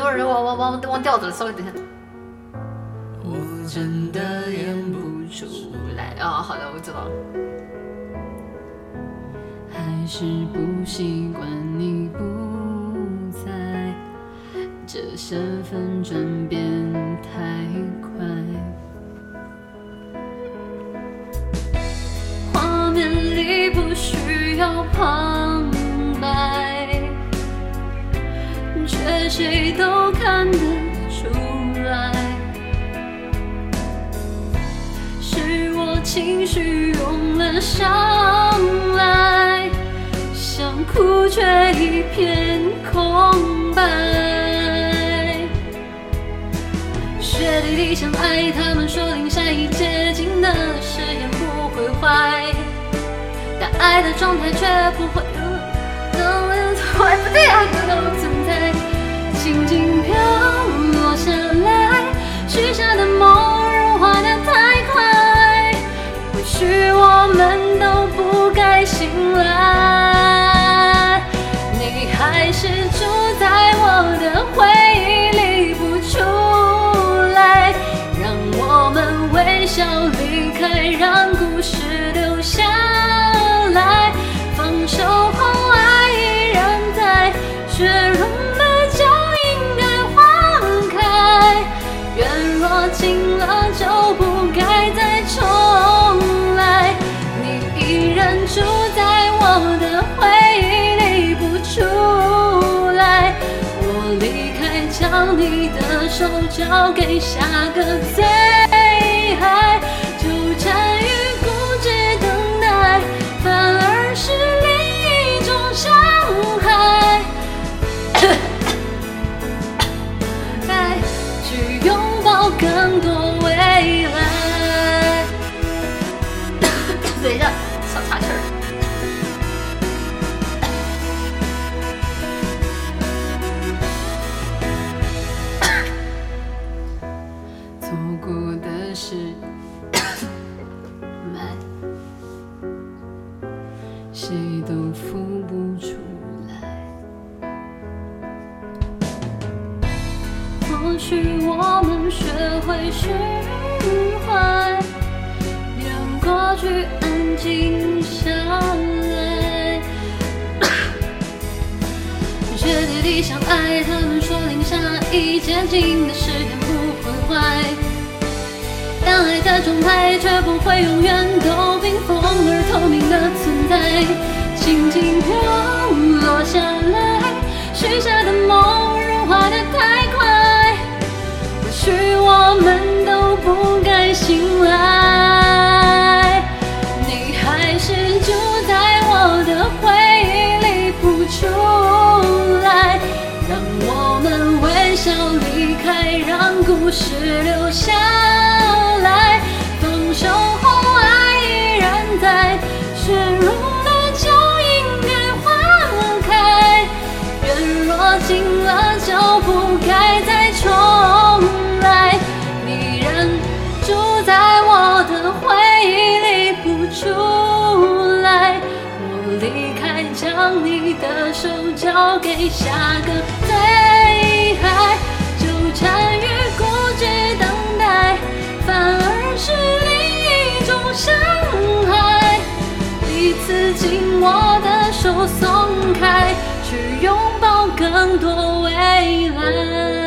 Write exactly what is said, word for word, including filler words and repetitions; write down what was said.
多人忘忘忘忘调子了，稍微等一下。 我真的演不出来啊、哦，好的，我知道了。 还是不习惯你不在，这身份转变太快。画面里不需要旁白，却谁都看得出来，是我情绪涌了上来，想哭却一片空白。雪地里相爱，他们说零下一接近的誓言不会坏，但爱的状态却不会能会不对啊，都存在。静静飘落下来，许下的梦融化得太快，或许我们都不该醒来。你还是住在我的回忆里不出来，让我们微笑离开，让故事留下来。放手后爱依然在，雪融了就应该花开，缘若尽了就不该再重来。你依然住在我的回忆里不出来，我离开将你的手交给下个最爱，纠缠于固执等待，反而是另一种伤害。该去拥抱更多未来。 等一下，小岔气儿。 错过的事慢，谁都付不出来。或许我们学会释怀，让过去安静下来。雪地里相爱，他们说零下一接近的誓言不会坏，但爱的状态却不会永远都冰封而透明的存在。静静飘落下来，许下的梦融化得太快，或许我们都不该醒来。你还是住在我的回忆里不出来，让我们微笑离开，让故事留下来。放手后爱依然在，雪融了就应该花开，缘若尽了就不该再重来。你仍住在我的回忆里不出来，我离开将你的手交给下个最爱，纠缠于固执等待，反而是另一种伤害。彼此紧握的手松开，去拥抱更多未来。